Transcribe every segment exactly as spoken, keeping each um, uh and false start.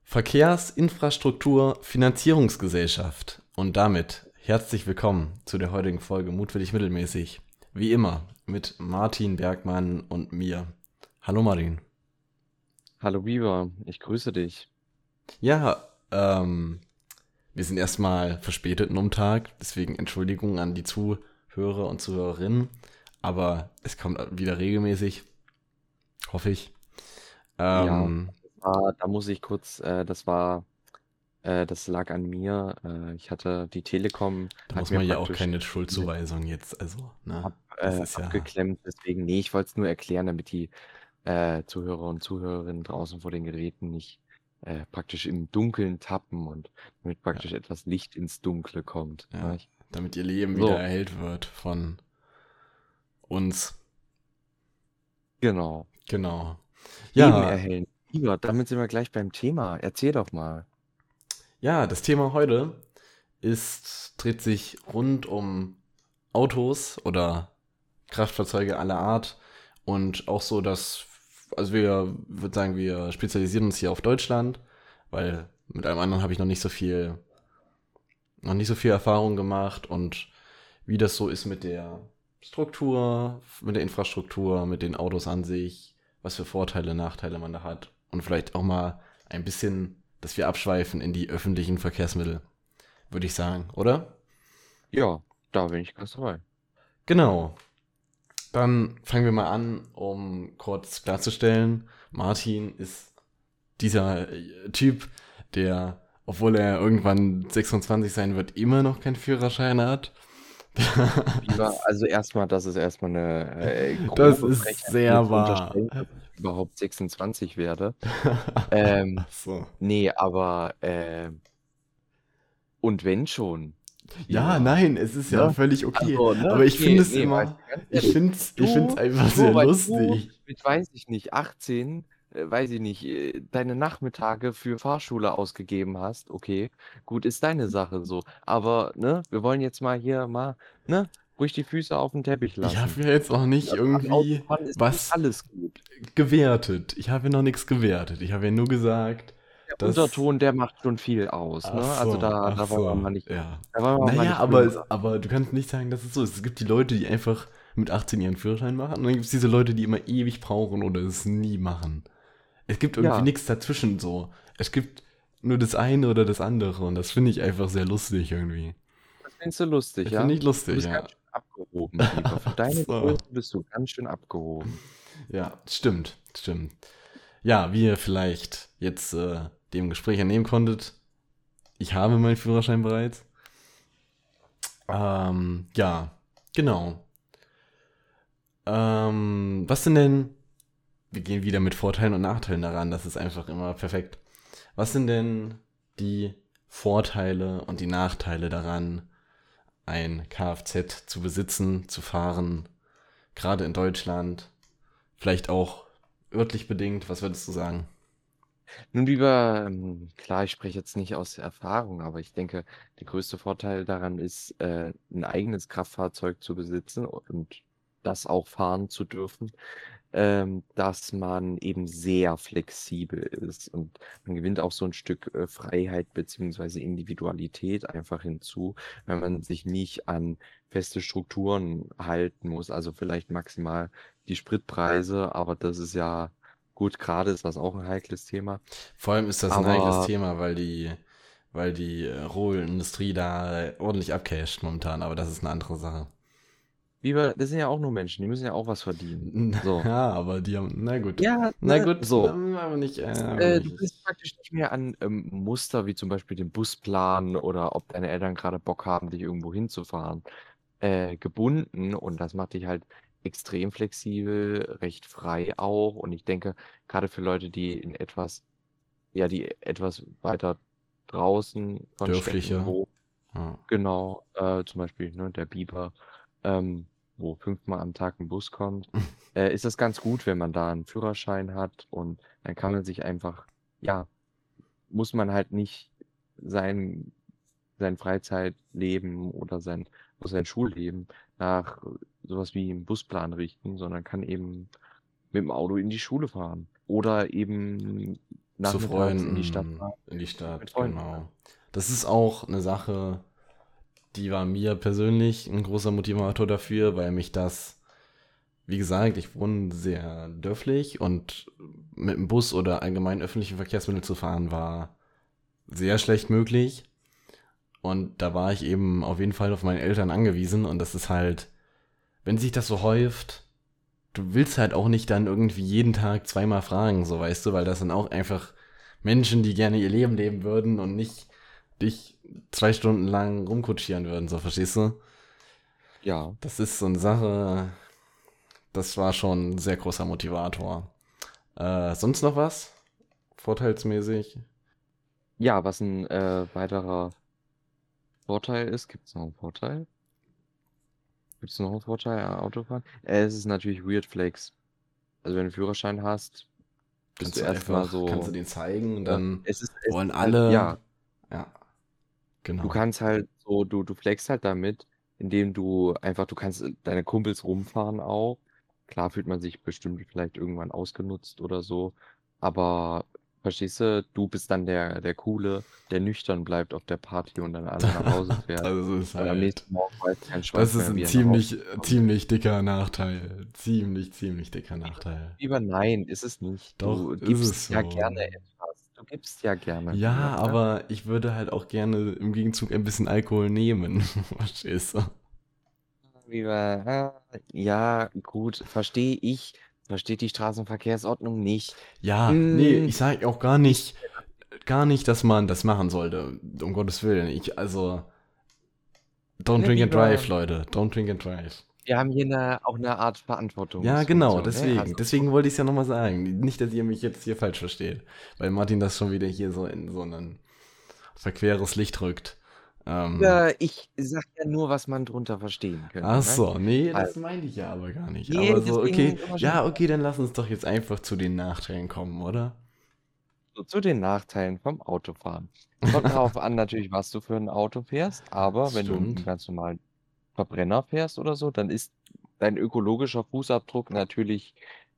Verkehrsinfrastruktur Finanzierungsgesellschaft. Und damit herzlich willkommen zu der heutigen Folge Mutwillig Mittelmäßig. Wie immer mit Martin Bergmann und mir. Hallo Martin. Hallo Biber, ich grüße dich. Ja, ähm, wir sind erstmal verspätet um Tag, deswegen Entschuldigung an die Zuhörer und Zuhörerinnen. Aber es kommt wieder regelmäßig, hoffe ich. Ja, Ähm, ah, da muss ich kurz, äh, das war, äh, das lag an mir. Äh, ich hatte, die Telekom Da hat muss mir man ja auch praktisch keine diese Schuldzuweisung jetzt, also, ne? ab, Das äh, ist ja. abgeklemmt, deswegen, nee, ich wollte es nur erklären, damit die äh, Zuhörer und Zuhörerinnen draußen vor den Geräten nicht äh, praktisch im Dunkeln tappen und damit Ja, praktisch etwas Licht ins Dunkle kommt. ja, Ne? damit ihr Leben wieder So, erhellt wird von uns. genau. Genau. Leben Ja, erhellen. Biber, damit sind wir gleich beim Thema. Erzähl doch mal. ja, das Thema heute ist, dreht sich rund um Autos oder Kraftfahrzeuge aller Art und auch so, dass, also wir, würde sagen, wir spezialisieren uns hier auf Deutschland, weil mit allem anderen habe ich noch nicht so viel, noch nicht so viel Erfahrung gemacht und wie das so ist mit der Struktur, mit der Infrastruktur, mit den Autos an sich, was für Vorteile, Nachteile man da hat und vielleicht auch mal ein bisschen, dass wir abschweifen in die öffentlichen Verkehrsmittel, würde ich sagen, oder? Ja, da bin ich ganz dabei. Genau. Dann fangen wir mal an, um kurz klarzustellen, Martin ist dieser äh, Typ, der, obwohl er irgendwann sechsundzwanzig sein wird, immer noch keinen Führerschein hat. Biber, also erstmal, das ist erstmal eine äh, Das grobe ist Frechheit, mir sehr zu wahr. unterstellen, dass ich überhaupt sechsundzwanzig werde. Ähm, Ach so. nee, aber äh, und wenn schon, Ja, Biber, nein, es ist ja ne? völlig okay. Also, ne? Aber ich finde Nee, es nee, weißt immer, du, ganz ich ehrlich, finde es ich find's du, einfach sehr nur weil du lustig. mit, weiß ich nicht, achtzehn, äh, weiß ich nicht, äh, deine Nachmittage für Fahrschule ausgegeben hast, okay, gut, ist deine Sache so. Aber, ne, wir wollen jetzt mal hier mal, ne, ruhig die Füße auf den Teppich Ich lassen. habe ja jetzt auch nicht Also an irgendwie Autofahren ist nicht was alles gut. gewertet. Ich habe ja noch nichts gewertet. Ich habe ja nur gesagt, Der dass. Unterton, der macht schon viel aus, Ach ne? Also so, da, ach da wollen wir so, mal nicht, ja. da wollen wir mal Naja, nicht aber, böse. es, aber du kannst nicht sagen, dass es so ist. Es gibt die Leute, die einfach mit achtzehn ihren Führerschein machen und dann gibt es diese Leute, die immer ewig brauchen oder es nie machen. Es gibt irgendwie Ja, nichts dazwischen so. Es gibt nur das eine oder das andere und das finde ich einfach sehr lustig irgendwie. das findest du lustig, Das finde ja? ich Du lustig, bist ja. ganz schön abgehoben, Biber. Für Ach deine so. Größe bist du ganz schön abgehoben. Ja, stimmt, stimmt. Ja, wie ihr vielleicht jetzt äh, dem Gespräch entnehmen konntet, ich habe meinen Führerschein bereits. Ähm, ja, genau. Ähm, was sind denn, wir gehen wieder mit Vorteilen und Nachteilen daran, das ist einfach immer perfekt. Was sind denn die Vorteile und die Nachteile daran, ein Kfz zu besitzen, zu fahren, gerade in Deutschland, vielleicht auch örtlich bedingt, was würdest du sagen? Nun, lieber, ähm, klar, ich spreche jetzt nicht aus Erfahrung, aber ich denke, der größte Vorteil daran ist, äh, ein eigenes Kraftfahrzeug zu besitzen und das auch fahren zu dürfen, ähm, dass man eben sehr flexibel ist und man gewinnt auch so ein Stück äh, Freiheit beziehungsweise Individualität einfach hinzu, wenn man sich nicht an feste Strukturen halten muss. Also vielleicht maximal die Spritpreise, aber das ist ja gut, gerade ist das auch ein heikles Thema. Vor allem ist das ein heikles Aber Thema, weil die, weil die äh, Rohölindustrie da ordentlich abcasht momentan, aber das ist eine andere Sache. wie wir, das sind ja auch nur Menschen, die müssen ja auch was verdienen. So. Ja, aber die haben, na gut. Ja, Na ne, gut, so. aber nicht, äh, aber Äh, du bist nicht. praktisch nicht mehr an ähm, Muster wie zum Beispiel den Busplan oder ob deine Eltern gerade Bock haben, dich irgendwo hinzufahren, äh, gebunden und das macht dich halt extrem flexibel, recht frei auch und ich denke, gerade für Leute, die in etwas, ja, die etwas weiter draußen von Städten Dörfliche. wohnen, Ja. genau, äh, zum Beispiel, ne, der Biber, ähm, wo fünfmal am Tag ein Bus kommt, äh, ist das ganz gut, wenn man da einen Führerschein hat und dann kann man sich einfach, ja, muss man halt nicht sein, sein Freizeitleben oder sein, oder sein Schulleben nach sowas wie einem Busplan richten, sondern kann eben mit dem Auto in die Schule fahren oder eben zu nachmittags in die Stadt Freunden fahren, in die mit Stadt, Freunden fahren. genau. Das ist auch eine Sache, die war mir persönlich ein großer Motivator dafür, weil mich das, wie gesagt, ich wohne sehr dörflich und mit dem Bus oder allgemein öffentlichen Verkehrsmitteln zu fahren war sehr schlecht möglich. Und da war ich eben auf jeden Fall auf meine Eltern angewiesen und das ist halt, wenn sich das so häuft, du willst halt auch nicht dann irgendwie jeden Tag zweimal fragen, so weißt du, weil das sind auch einfach Menschen, die gerne ihr Leben leben würden und nicht dich zwei Stunden lang rumkutschieren würden, so verstehst du? Ja. Das ist so eine Sache, das war schon ein sehr großer Motivator. Äh, sonst noch was? Vorteilsmäßig? Ja, was ein äh, weiterer Vorteil ist, gibt es noch einen Vorteil? Gibt es noch einen Vorteil am Autofahren? Äh, es ist natürlich Weird Flex. Also wenn du einen Führerschein hast, bist Kannst du du erstmal einfach, kannst du so, den zeigen und ne? dann Es ist, es wollen ist halt, alle, ja, ja, du genau. kannst halt so, du, du flexst halt damit, indem du einfach, du kannst deine Kumpels rumfahren auch. Klar fühlt man sich bestimmt vielleicht irgendwann ausgenutzt oder so, aber verstehst du, du bist dann der, der Coole, der nüchtern bleibt auf der Party und dann alle nach Hause fährt. Das ist Und am halt, nächsten Morgen weiß kein das Schwanz ist mehr, ein wie er nach Hause ziemlich, kommt. ziemlich dicker Nachteil. Ziemlich, ziemlich dicker Lieber, Nachteil. lieber nein, ist es nicht. Doch, Du ist gibst es ja so. gerne etwas. Du gibst ja gerne, Ja, lieber, ne? aber ich würde halt auch gerne im Gegenzug ein bisschen Alkohol nehmen. Verstehst du? Lieber, äh, ja, gut, verstehe ich. Versteht die Straßenverkehrsordnung nicht. Ja, nee, Hm, ich sage auch gar ich, nicht, gar nicht, dass man das machen sollte. Um Gottes Willen. Ich, also, don't ne, drink and drive, lieber, Leute. Don't drink and drive. wir haben hier eine, auch eine Art Ja, genau, Verantwortungsfunktion, ne? deswegen. Also, Deswegen wollte ich es ja nochmal sagen. Nicht, dass ihr mich jetzt hier falsch versteht. Weil Martin das schon wieder hier so in so ein verqueres Licht rückt. Ähm, ja, ich sag ja nur, was man drunter verstehen könnte, ach ne? so, nee, das Also, meinte ich ja aber gar nicht. nee, Aber so, okay, deswegen immer schön ja, okay, dann lass uns doch jetzt einfach zu den Nachteilen kommen, oder? so zu den Nachteilen vom Autofahren. Kommt darauf an, natürlich, was du für ein Auto fährst, aber Das wenn du einen stimmt. ganz normalen Verbrenner fährst oder so, dann ist dein ökologischer Fußabdruck natürlich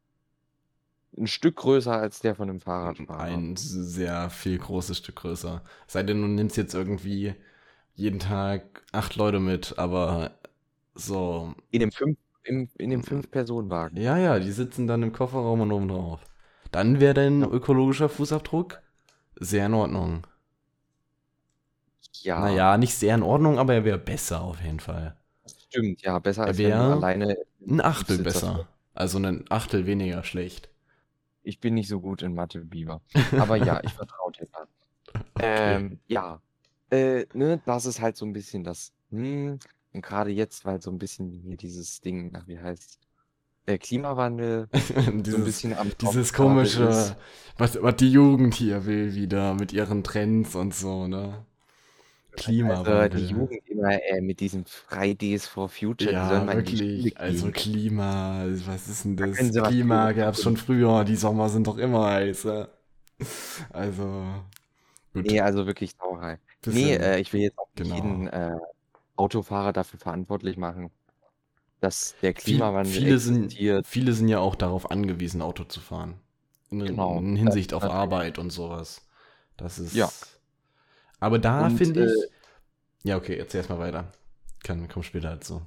ein Stück größer als der von einem Fahrradfahrer. Ein sehr viel großes Stück größer. Sei denn, du nimmst jetzt irgendwie jeden Tag acht Leute mit, aber so, In dem fünf, im, in dem Fünf-Personen-Wagen. ja, ja, die sitzen dann im Kofferraum und oben drauf. Dann wäre dein Ja. ökologischer Fußabdruck sehr in Ordnung. Ja, Naja, nicht sehr in Ordnung, aber er wäre besser auf jeden Fall. das stimmt. Ja, besser Er als wenn du wäre alleine im ein Achtel Fünfsitzer fährst. besser. Also ein Achtel weniger schlecht. Ich bin nicht so gut in Mathe, Biber. Aber ja, ich vertraue dir da. Okay. Ähm, ja, äh, ne, das ist halt so ein bisschen das, hm, und gerade jetzt, weil so ein bisschen hier dieses Ding, ach, wie heißt, äh, Klimawandel so ein dieses, bisschen am Kommen dieses gerade ist. komische, was, was die Jugend hier will wieder mit ihren Trends und so, ne? Also die Klimawandel. Jugend immer äh, mit diesem Fridays for Future, die sollen Ja, mal in die Schule wirklich. Also gehen. Klima, was ist denn Da können das? sie was für Klima ihre gab's schon Zukunft. früher, die Sommer sind doch immer heiß. Ja. Also, gut, Nee, also wirklich Sauerei. Nee, bisschen, äh, ich will jetzt auch nicht genau. jeden äh, Autofahrer dafür verantwortlich machen, dass der Viel, Klimawandel viele sind, existiert. viele sind ja auch darauf angewiesen, Auto zu fahren. In, Genau, in das Hinsicht auf natürlich. Arbeit und sowas. Das Ja, ist. Aber da und finde äh, ich. Ja, okay, erzähl erstmal weiter. Kann, komm später dazu.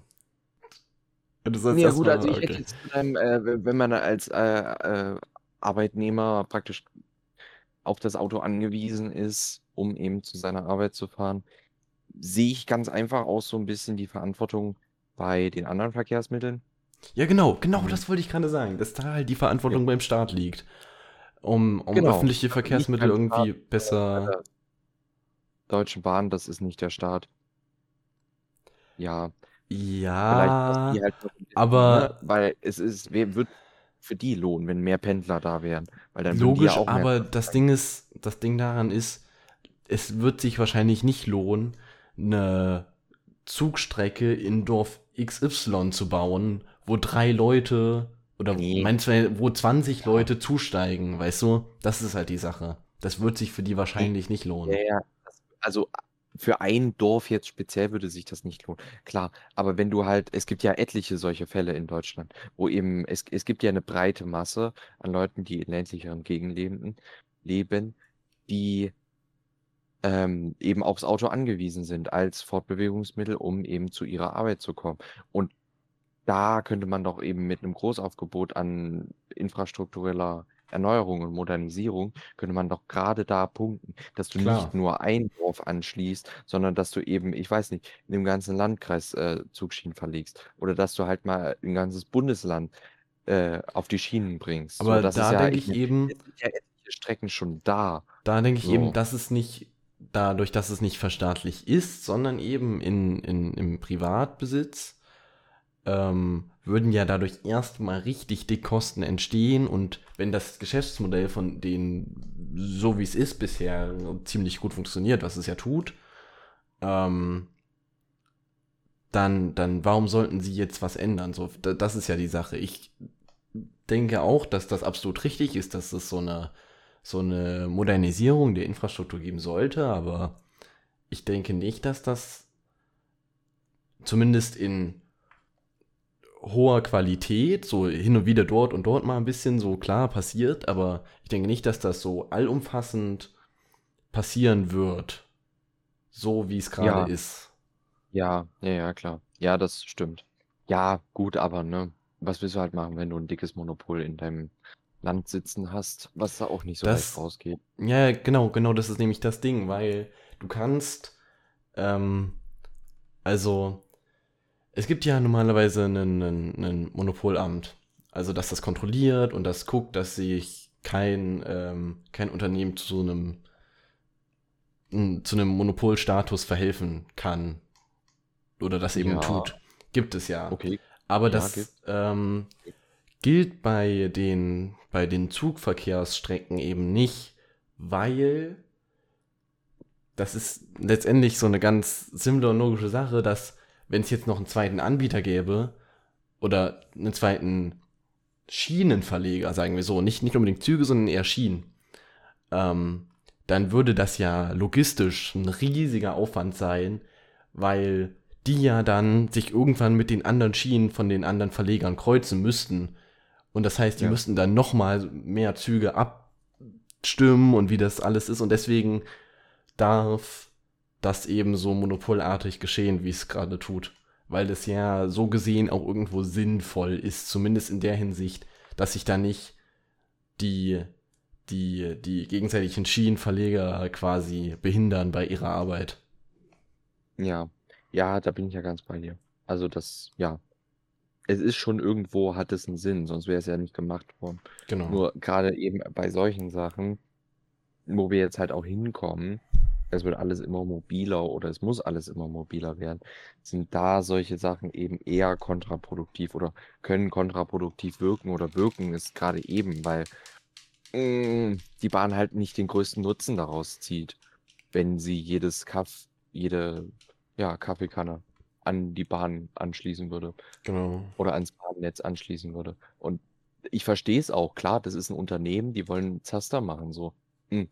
Du sollst nee, ja gut, also erstmal. ich hätte Okay. jetzt zu deinem, äh, wenn wenn man als äh, äh, Arbeitnehmer praktisch auf das Auto angewiesen ist, um eben zu seiner Arbeit zu fahren, sehe ich ganz einfach auch so ein bisschen die Verantwortung bei den anderen Verkehrsmitteln. Ja, genau, genau, Mhm. das wollte ich gerade sagen, dass da halt die Ja, Verantwortung beim Staat liegt. Um, um genau. öffentliche Also nicht Verkehrsmittel beim Staat, irgendwie sondern bei besser. der Deutschen Bahn, das ist nicht der Staat. Ja, vielleicht muss die Ja, halt noch ein bisschen, ne? aber Weil es ist, wer wird für die lohnen, wenn mehr Pendler da wären? Weil dann würden die ja logisch, auch mehr aber Kosten das haben. Ding ist, das Ding daran ist, es wird sich wahrscheinlich nicht lohnen, eine Zugstrecke in Dorf X Y zu bauen, wo drei Leute oder Nee, meinst du, wo zwanzig ja, Leute zusteigen, weißt du? Das ist halt die Sache. Das wird sich für die nee, wahrscheinlich nicht ja, lohnen. ja. Das, also für ein Dorf jetzt speziell würde sich das nicht lohnen. Klar, aber wenn du halt, es gibt ja etliche solche Fälle in Deutschland, wo eben, es, es gibt ja eine breite Masse an Leuten, die in ländlicheren Gegenden leben, leben, die ähm, eben aufs Auto angewiesen sind als Fortbewegungsmittel, um eben zu ihrer Arbeit zu kommen. Und da könnte man doch eben mit einem Großaufgebot an infrastruktureller Erneuerung und Modernisierung, könnte man doch gerade da punkten, dass du nicht Klar. nur ein Dorf anschließt, sondern dass du eben, ich weiß nicht, in dem ganzen Landkreis äh, Zugschienen verlegst oder dass du halt mal ein ganzes Bundesland äh, auf die Schienen bringst. So, Aber das ist da ja, denke ich ich meine, eben, es sind ja etliche Strecken schon da. da denke ich eben, So, dass es nicht dadurch, dass es nicht verstaatlich ist, sondern eben in, in, im Privatbesitz, ähm, würden ja dadurch erstmal richtig dick Kosten entstehen und wenn das Geschäftsmodell von denen, so wie es ist, bisher ziemlich gut funktioniert, was es ja tut, ähm, dann, dann warum sollten sie jetzt was ändern? So, da- das ist ja die Sache. Ich denke auch, dass das absolut richtig ist, dass es so eine, so eine Modernisierung der Infrastruktur geben sollte, aber ich denke nicht, dass das zumindest in hoher Qualität, so hin und wieder dort und dort mal ein bisschen so klar passiert, aber ich denke nicht, dass das so allumfassend passieren wird, so wie es gerade ja, ist. ja, ja, ja, klar. Ja, das stimmt. Ja, gut, aber ne, was willst du halt machen, wenn du ein dickes Monopol in deinem Land sitzen hast, was da auch nicht so leicht Das, rausgeht? ja, genau, genau, das ist nämlich das Ding, weil du kannst, ähm, also es gibt ja normalerweise ein Monopolamt, also dass das kontrolliert und das guckt, dass sich kein, ähm, kein Unternehmen zu einem, zu einem Monopolstatus verhelfen kann oder das eben Ja, tut. Gibt es ja. okay. Aber Ja, das gibt. ähm, gilt bei den, bei den Zugverkehrsstrecken eben nicht, weil das ist letztendlich so eine ganz simple und logische Sache, dass wenn es jetzt noch einen zweiten Anbieter gäbe oder einen zweiten Schienenverleger, sagen wir so, nicht, nicht unbedingt Züge, sondern eher Schienen, ähm, dann würde das ja logistisch ein riesiger Aufwand sein, weil die ja dann sich irgendwann mit den anderen Schienen von den anderen Verlegern kreuzen müssten. Und das heißt, die Ja. müssten dann nochmal mehr Züge abstimmen und wie das alles ist. Und deswegen darf das eben so monopolartig geschehen, wie es gerade tut. Weil das ja so gesehen auch irgendwo sinnvoll ist, zumindest in der Hinsicht, dass sich da nicht die, die, die gegenseitigen Schienenverleger quasi behindern bei ihrer Arbeit. Ja. Ja, da bin ich ja ganz bei dir. Also das, ja, es ist schon irgendwo, hat es einen Sinn, sonst wäre es ja nicht gemacht worden. Genau. Nur gerade eben bei solchen Sachen, wo wir jetzt halt auch hinkommen, es wird alles immer mobiler oder es muss alles immer mobiler werden, sind da solche Sachen eben eher kontraproduktiv oder können kontraproduktiv wirken oder wirken es gerade eben, weil mh, die Bahn halt nicht den größten Nutzen daraus zieht, wenn sie jedes Kaff, jede ja, Kaffeekanne an die Bahn anschließen würde Genau. oder ans Bahnnetz anschließen würde. Und ich verstehe es auch, klar, das ist ein Unternehmen, die wollen Zaster machen, so. Hm.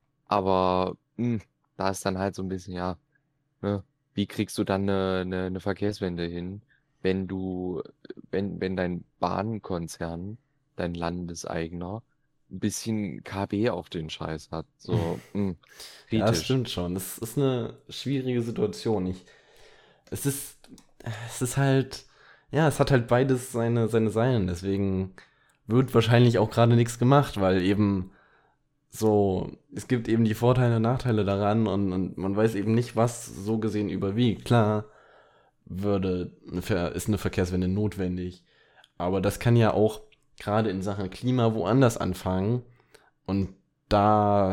Aber hm, da ist dann halt so ein bisschen, ja, ne, wie kriegst du dann eine, eine, eine Verkehrswende hin, wenn du, wenn, wenn dein Bahnkonzern, dein landeseigener, ein bisschen K B auf den Scheiß hat. So, hm, Ja, das kritisch. stimmt schon. Das ist eine schwierige Situation. Ich, es ist, es ist halt, ja, es hat halt beides seine, seine Seiten. Deswegen wird wahrscheinlich auch gerade nichts gemacht, weil eben so, es gibt eben die Vorteile und Nachteile daran und, und man weiß eben nicht, was so gesehen überwiegt. Klar, würde, eine Ver- ist eine Verkehrswende notwendig, aber das kann ja auch gerade in Sachen Klima woanders anfangen und da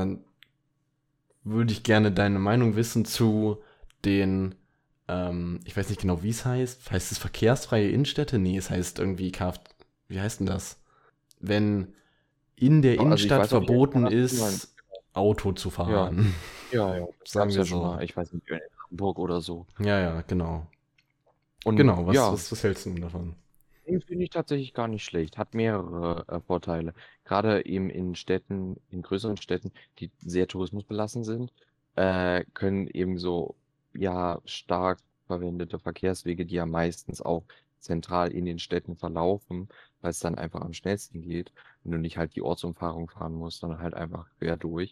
würde ich gerne deine Meinung wissen zu den, ähm, ich weiß nicht genau, wie es heißt. Heißt es verkehrsfreie Innenstädte? Nee, es heißt irgendwie Kfz. Wie heißt denn das? Wenn in der Also ich Innenstadt weiß auf jeden Fall, verboten was du meinst. ist, Auto zu Ja, fahren. ja, ja, das Sagen gab's wir ja schon so. mal. Ich weiß nicht, in Hamburg oder so. Ja, ja, genau. Und Genau, was, ja, was, was hältst du denn davon? den finde ich tatsächlich gar nicht schlecht. Hat mehrere äh, Vorteile. Gerade eben in Städten, in größeren Städten, die sehr tourismusbelassen sind, äh, können eben so ja stark verwendete Verkehrswege, die ja meistens auch zentral in den Städten verlaufen, weil es dann einfach am schnellsten geht und du nicht halt die Ortsumfahrung fahren musst, sondern halt einfach quer durch.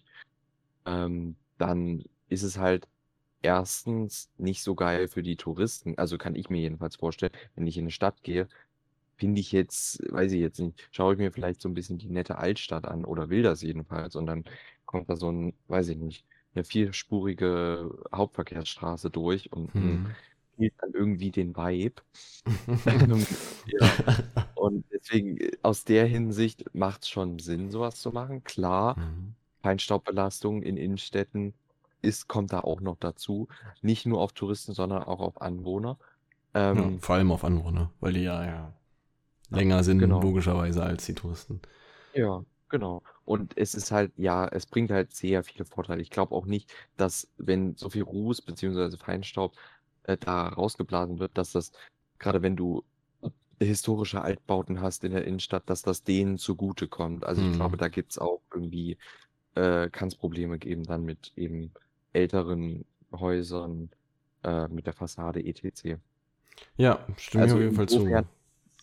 Ähm, dann ist es halt erstens nicht so geil für die Touristen. Also kann ich mir jedenfalls vorstellen, wenn ich in eine Stadt gehe, finde ich jetzt, weiß ich jetzt nicht, schaue ich mir vielleicht so ein bisschen die nette Altstadt an oder will das jedenfalls und dann kommt da so ein, weiß ich nicht, eine vierspurige Hauptverkehrsstraße durch und ein Hm. fehlt dann irgendwie den Vibe. Ähm, ja, und deswegen, äh, aus der Hinsicht macht es schon Sinn, sowas zu machen. Klar, Mhm. Feinstaubbelastung in Innenstädten ist, kommt da auch noch dazu. Nicht nur auf Touristen, sondern auch auf Anwohner. Ja, Ähm, vor allem auf Anwohner, weil die ja, ja ja, länger sind, genau. logischerweise, als die Touristen. Ja, genau. Und es ist halt, ja, es bringt halt sehr viele Vorteile. Ich glaube auch nicht, dass wenn so viel Ruß beziehungsweise Feinstaub äh, da rausgeblasen wird, dass das, gerade wenn du historische Altbauten hast in der Innenstadt, dass das denen zugutekommt. Also ich glaube, Hm. da gibt es auch irgendwie, äh, kann es Probleme geben dann mit eben älteren Häusern, äh, mit der Fassade et cetera. Ja, stimme ich auf Also jeden Fall zu. insofern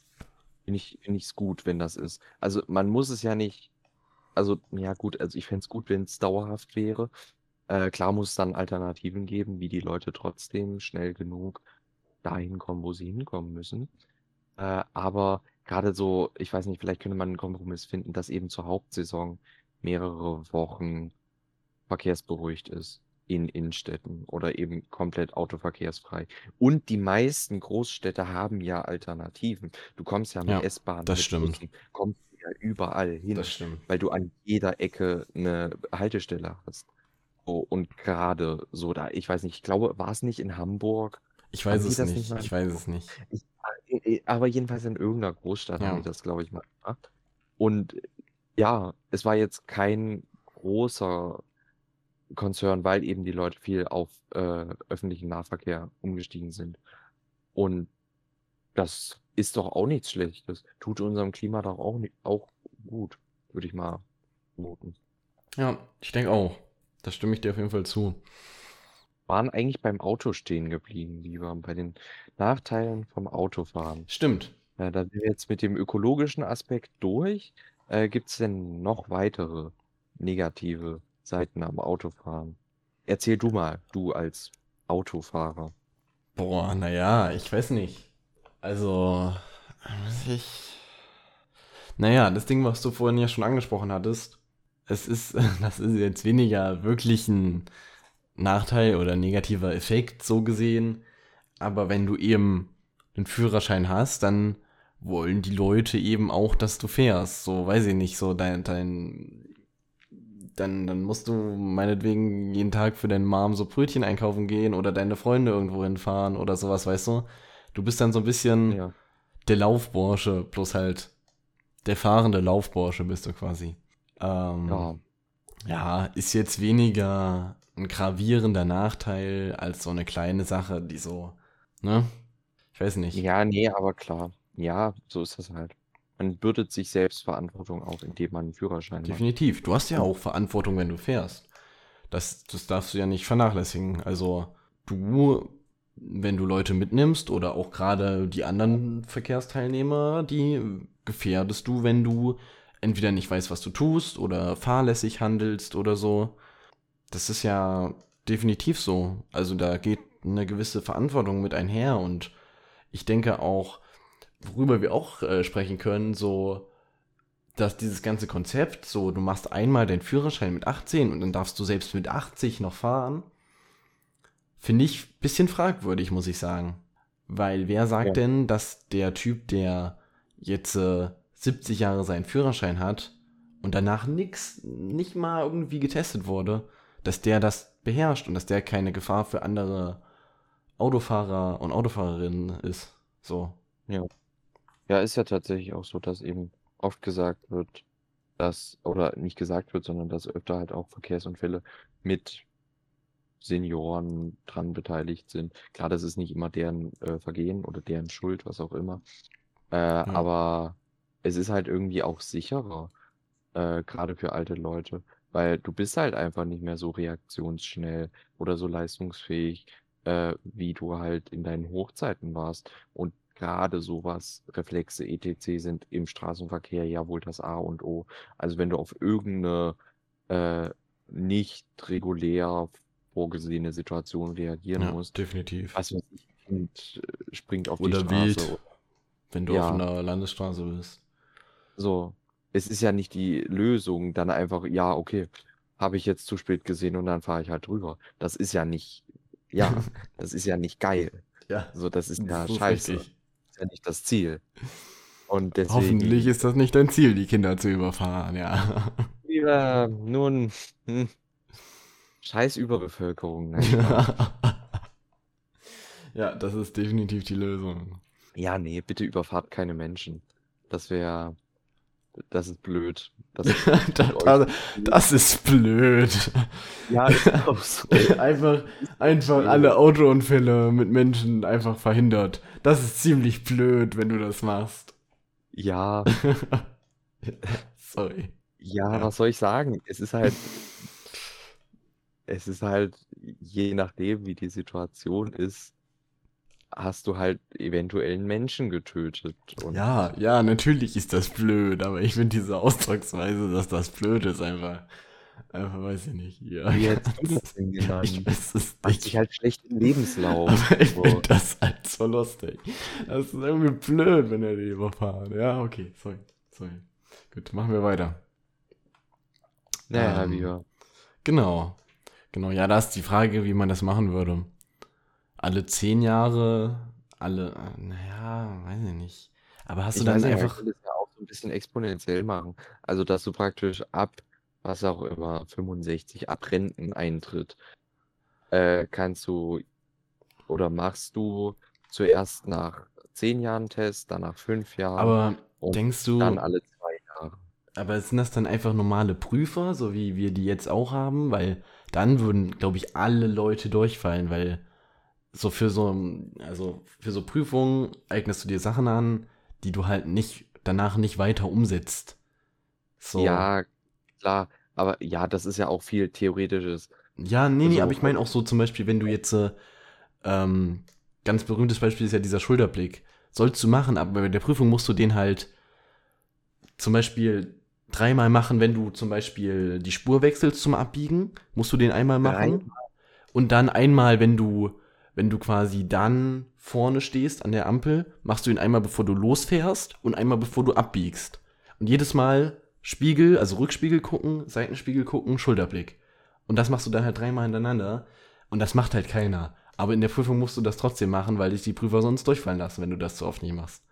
finde ich, finde ich es gut, wenn das ist. Also man muss es ja nicht. Also, ja gut, also ich fände es gut, wenn es dauerhaft wäre. Äh, klar muss es dann Alternativen geben, wie die Leute trotzdem schnell genug dahin kommen, wo sie hinkommen müssen. Äh, aber gerade so, ich weiß nicht, vielleicht könnte man einen Kompromiss finden, dass eben zur Hauptsaison mehrere Wochen verkehrsberuhigt ist in Innenstädten oder eben komplett autoverkehrsfrei. Und die meisten Großstädte haben ja Alternativen. Du kommst ja mit Ja, S-Bahn, das mit stimmt. Bussen, kommst ja überall Das hin, stimmt. weil du an jeder Ecke eine Haltestelle hast. So, und gerade so da, ich weiß nicht, ich glaube, war es nicht in Hamburg? Ich weiß Haben die es das nicht nicht. mal Ich in weiß Hamburg? es nicht. Ich, äh, äh, aber jedenfalls in irgendeiner Großstadt haben die Ja. das, glaube ich, mal gemacht. Und ja, es war jetzt kein großer Konzern, weil eben die Leute viel auf äh, öffentlichen Nahverkehr umgestiegen sind. Und das ist doch auch nichts Schlechtes. Tut unserem Klima doch auch, ni- auch gut, würde ich mal vermuten. Ja, ich denke auch. Da stimme ich dir auf jeden Fall zu. Waren eigentlich beim Auto stehen geblieben, lieber, bei den Nachteilen vom Autofahren. Stimmt. Äh, da sind wir jetzt mit dem ökologischen Aspekt durch. Äh, gibt es denn noch weitere negative Seiten am Autofahren? Erzähl du mal, du als Autofahrer. Boah, naja, ich weiß nicht. Also, ich. Naja, das Ding, was du vorhin ja schon angesprochen hattest, es ist, das ist jetzt weniger wirklich ein Nachteil oder negativer Effekt so gesehen, aber wenn du eben einen Führerschein hast, dann wollen die Leute eben auch, dass du fährst. So, weiß ich nicht, so dein, dein, dann, dann musst du meinetwegen jeden Tag für deine Mom so Brötchen einkaufen gehen oder deine Freunde irgendwo hinfahren oder sowas, weißt du? Du bist dann so ein bisschen Ja, der Laufbursche, plus halt der fahrende Laufbursche bist du quasi. Ähm, ja, ja, ist jetzt weniger ein gravierender Nachteil als so eine kleine Sache, die so, ne? Ich weiß nicht. ja, nee, aber klar. Ja, so ist das halt. Man bürdet sich selbst Verantwortung auf, indem man einen Führerschein macht. Definitiv. Du hast ja Und auch Verantwortung, wenn du fährst. Das, das darfst du ja nicht vernachlässigen. Also du, wenn du Leute mitnimmst oder auch gerade die anderen Verkehrsteilnehmer, die gefährdest du, wenn du entweder nicht weißt, was du tust oder fahrlässig handelst oder so. Das ist ja definitiv so. Also da geht eine gewisse Verantwortung mit einher und ich denke auch, worüber wir auch äh, sprechen können, so dass dieses ganze Konzept, so du machst einmal den Führerschein mit achtzehn und dann darfst du selbst mit achtzig noch fahren, finde ich ein bisschen fragwürdig, muss ich sagen. Weil wer ja, sagt denn, dass der Typ, der jetzt äh, siebzig Jahre seinen Führerschein hat und danach nix, nicht mal irgendwie getestet wurde, dass der das beherrscht und dass der keine Gefahr für andere Autofahrer und Autofahrerinnen ist. So. ja. Ja, ist ja tatsächlich auch so, dass eben oft gesagt wird, dass, oder nicht gesagt wird, sondern dass öfter halt auch Verkehrsunfälle mit Senioren dran beteiligt sind. Klar, das ist nicht immer deren äh, Vergehen oder deren Schuld, was auch immer. Äh, Ja. aber es ist halt irgendwie auch sicherer, äh, gerade für alte Leute, weil du bist halt einfach nicht mehr so reaktionsschnell oder so leistungsfähig, äh, wie du halt in deinen Hochzeiten warst. Und gerade sowas, Reflexe et cetera sind im Straßenverkehr ja wohl das A und O. Also wenn du auf irgendeine äh, nicht regulär vorgesehene Situation reagieren Ja, musst, definitiv. was weiß ich, ein Kind äh, springt auf die Oder Straße. wild, wenn du auf Ja, einer Landesstraße bist. so. Es ist ja nicht die Lösung, dann einfach, ja, okay, habe ich jetzt zu spät gesehen und dann fahre ich halt drüber. Das ist ja nicht, ja, das ist ja nicht geil. Ja, So, das ist ja das ist scheiße. richtig. Das ist ja nicht das Ziel. Und Hoffentlich deswegen, ist das nicht dein Ziel, die Kinder zu überfahren, ja. lieber nun, hm, scheiß Überbevölkerung, nein, Spaß. Ja, das ist definitiv die Lösung. Ja, nee, bitte überfahrt keine Menschen. Das wäre, das ist blöd. Das ist Da, mit euch da, blöd. das ist blöd. Ja, ist auch so. Einfach, einfach blöd. alle Autounfälle mit Menschen einfach verhindert. Das ist ziemlich blöd, wenn du das machst. Ja, Sorry. ja, Ja. was soll ich sagen? Es ist halt, es ist halt, je nachdem, wie die Situation ist, hast du halt eventuell einen Menschen getötet. Und Ja, ja, natürlich ist das blöd, aber ich finde diese Ausdrucksweise, dass das blöd ist, einfach, einfach weiß ich nicht. Ja, wie hättest du das denn ja, ich genannt? weiß es Hast dich nicht. halt schlecht im Lebenslauf. Aber ich So. finde das halt so lustig. Das ist irgendwie blöd, wenn er die überfahren. Ja, okay, sorry, sorry. Gut, machen wir weiter. Naja, Ähm, wir. Genau, genau. Ja, da ist die Frage, wie man das machen würde. Alle zehn Jahre, alle, äh, naja, weiß ich nicht. Aber hast du Ich dann weiß nicht, man einfach, könnte es ja auch so ein bisschen exponentiell machen. Also, dass du praktisch ab, was auch immer, fünfundsechzig, ab Renteneintritt, äh, kannst du oder machst du zuerst nach zehn Jahren Test, dann nach fünf Jahren aber und denkst dann du, alle zwei Jahre. aber sind das dann einfach normale Prüfer, so wie wir die jetzt auch haben? Weil dann würden, glaube ich, alle Leute durchfallen, weil so für so, also für so Prüfungen eignest du dir Sachen an, die du halt nicht, danach nicht weiter umsetzt. So. Ja, klar, aber ja, das ist ja auch viel Theoretisches. Ja, nee, nee, So, aber ich meine auch so zum Beispiel, wenn du jetzt, äh, ähm, ganz berühmtes Beispiel ist ja dieser Schulterblick. Sollst du machen, aber bei der Prüfung musst du den halt zum Beispiel dreimal machen, wenn du zum Beispiel die Spur wechselst zum Abbiegen, musst du den einmal machen. Und dann einmal, wenn du, wenn du quasi dann vorne stehst an der Ampel, machst du ihn einmal, bevor du losfährst und einmal, bevor du abbiegst. Und jedes Mal Spiegel, also Rückspiegel gucken, Seitenspiegel gucken, Schulterblick. Und das machst du dann halt dreimal hintereinander. Und das macht halt keiner. Aber in der Prüfung musst du das trotzdem machen, weil dich die Prüfer sonst durchfallen lassen, wenn du das zu oft nicht machst.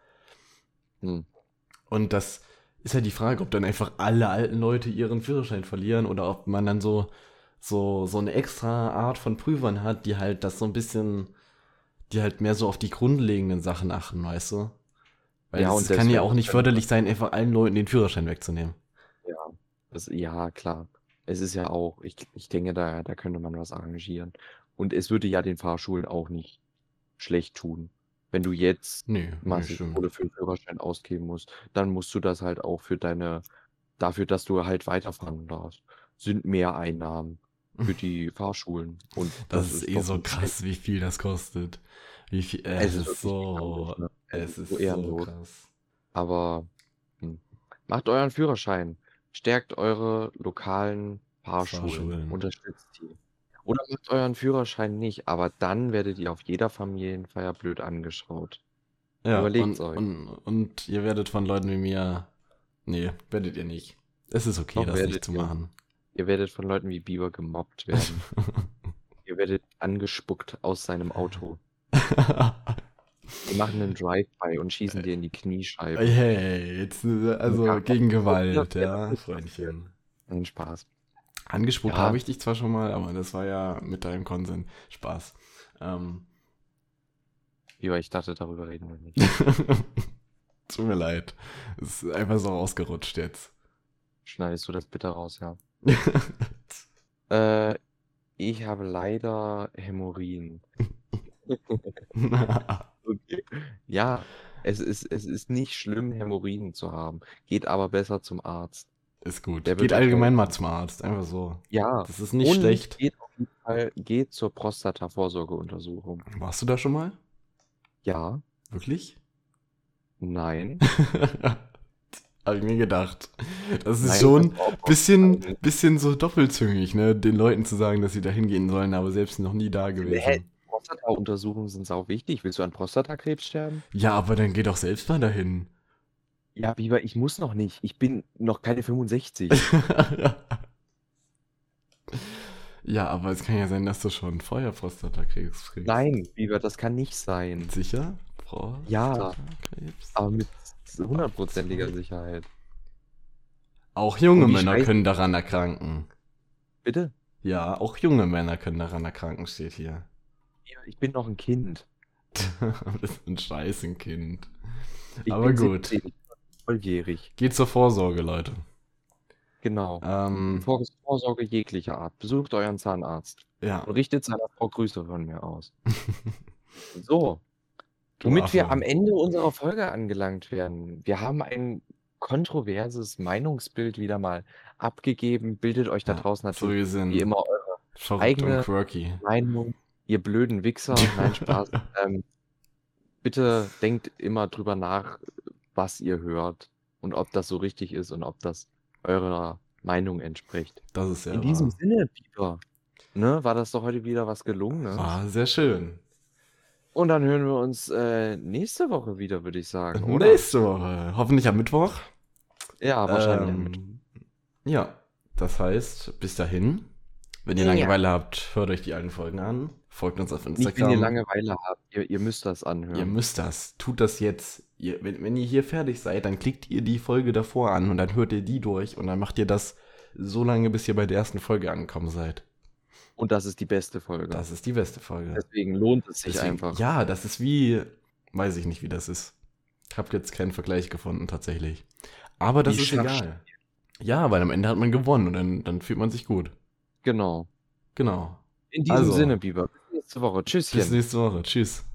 Hm. Und das ist halt die Frage, ob dann einfach alle alten Leute ihren Führerschein verlieren oder ob man dann so, so, so eine extra Art von Prüfern hat, die halt das so ein bisschen, die halt mehr so auf die grundlegenden Sachen achten, weißt du? Weil Ja, es und selbst kann ja wenn auch das nicht dann- förderlich sein, einfach allen Leuten den Führerschein wegzunehmen. Ja, das, ja, klar. Es ist ja auch, ich, ich denke, da, da könnte man was arrangieren. Und es würde ja den Fahrschulen auch nicht schlecht tun. Wenn du jetzt Nee, nee, massiv stimmt. Kohle für den Führerschein ausgeben musst, dann musst du das halt auch für deine, dafür, dass du halt weiterfahren darfst, sind mehr Einnahmen für die Fahrschulen. Und Das, ist eh doch so nicht schlecht. krass, wie viel das kostet. Wie viel, äh, Es es ist ist wirklich so, gigantisch, ne? Es es ist ist so so ehrenlos. krass. Aber hm. Macht euren Führerschein. Stärkt eure lokalen Fahrschulen. Fahrschulen. Unterstützt die. Oder macht euren Führerschein nicht, aber dann werdet ihr auf jeder Familienfeier blöd angeschaut. Ja, Überlegt's und, euch. und, und ihr werdet von Leuten wie mir, nee, werdet ihr nicht. Es ist okay, Doch, das werdet nicht zu ihr. machen. Ihr werdet von Leuten wie Bieber gemobbt werden. Ihr werdet angespuckt aus seinem Auto. Die machen einen Drive-by und schießen dir in die Kniescheibe. Hey, jetzt, äh, also Ja, gegen Gewalt, das- ja, das- Freundchen. Nein, Spaß. Angespuckt Ja. habe ich dich zwar schon mal, aber das war ja mit deinem Konsens. Spaß. Ähm, Bieber, ich dachte, darüber reden wir nicht. Tut mir leid. Es ist einfach so rausgerutscht jetzt. Schneidest du das bitte raus, ja? Äh, ich habe leider Hämorrhoiden. Okay. Ja, es ist, es ist nicht schlimm, Hämorrhoiden zu haben. Geht aber besser zum Arzt. Ist gut. Der wird Geht euch allgemein helfen. mal zum Arzt, einfach so. Ja, Das ist nicht und schlecht. geht auf jeden Fall, geht zur Prostata-Vorsorgeuntersuchung. Warst du da schon mal? Ja, Wirklich? Nein. Habe ich mir gedacht. Das ist Nein, schon das war auch noch bisschen, kein- bisschen so doppelzüngig, ne? Den Leuten zu sagen, dass sie da hingehen sollen, aber selbst noch nie da Hä? gewesen. Prostata-Untersuchungen sind sau wichtig. Willst du an Prostatakrebs sterben? Ja, aber dann geh doch selbst mal dahin. Ja, Biber, ich muss noch nicht. Ich bin noch keine fünfundsechzig. Ja, aber es kann ja sein, dass du schon vorher Prostatakrebs kriegst. Nein, Biber, das kann nicht sein. Sicher? Ja, Prostatakrebs? aber mit hundertprozentiger Sicherheit. Auch junge Und die Männer Scheiße- können daran erkranken. Bitte? Ja, auch junge Männer können daran erkranken, steht hier. Biber, ich bin noch ein Kind. Das ist ein Scheißenkind. Ich Aber bin gut. siebzehn, ich bin volljährig. Geht zur Vorsorge, Leute. Genau. Ähm, Vor Vorsorge jeglicher Art. Besucht euren Zahnarzt ja. und richtet seiner Frau Grüße von mir aus. So. Du Womit wir Affe. am Ende unserer Folge angelangt werden. Wir haben ein kontroverses Meinungsbild wieder mal abgegeben. Bildet euch da Ja, draußen so natürlich wir sind wie immer eure verrückt eigene und quirky. Meinung, ihr blöden Wichser. Nein, Spaß. ähm, bitte denkt immer drüber nach, was ihr hört und ob das so richtig ist und ob das eurer Meinung entspricht. Das ist ja In diesem wahr. Sinne, Pieper, ne, war das doch heute wieder was Gelungenes. War sehr schön. Und dann hören wir uns äh, nächste Woche wieder, würde ich sagen, oder? Nächste Woche. Hoffentlich am Mittwoch. Ja, wahrscheinlich. am Mittwoch. Ähm, ja, das heißt, bis dahin, wenn ihr Ja. Langeweile habt, hört euch die alten Folgen an. Folgt uns auf Nicht, wenn Instagram. ihr Langeweile habt. Ihr, ihr müsst das anhören. Ihr müsst das. Tut das jetzt. Ihr, wenn, wenn ihr hier fertig seid, dann klickt ihr die Folge davor an und dann hört ihr die durch und dann macht ihr das so lange, bis ihr bei der ersten Folge angekommen seid. Und das ist die beste Folge. Das ist die beste Folge. Deswegen lohnt es sich Deswegen, einfach. Ja, das ist wie, weiß ich nicht, wie das ist. Ich habe jetzt keinen Vergleich gefunden, tatsächlich. Aber das Wie ist Schach- egal. Ja, weil am Ende hat man gewonnen und dann, dann fühlt man sich gut. Genau. Genau. In diesem Also. Sinne, Biber. Bis nächste Woche. Tschüsschen. Bis nächste Woche. Tschüss.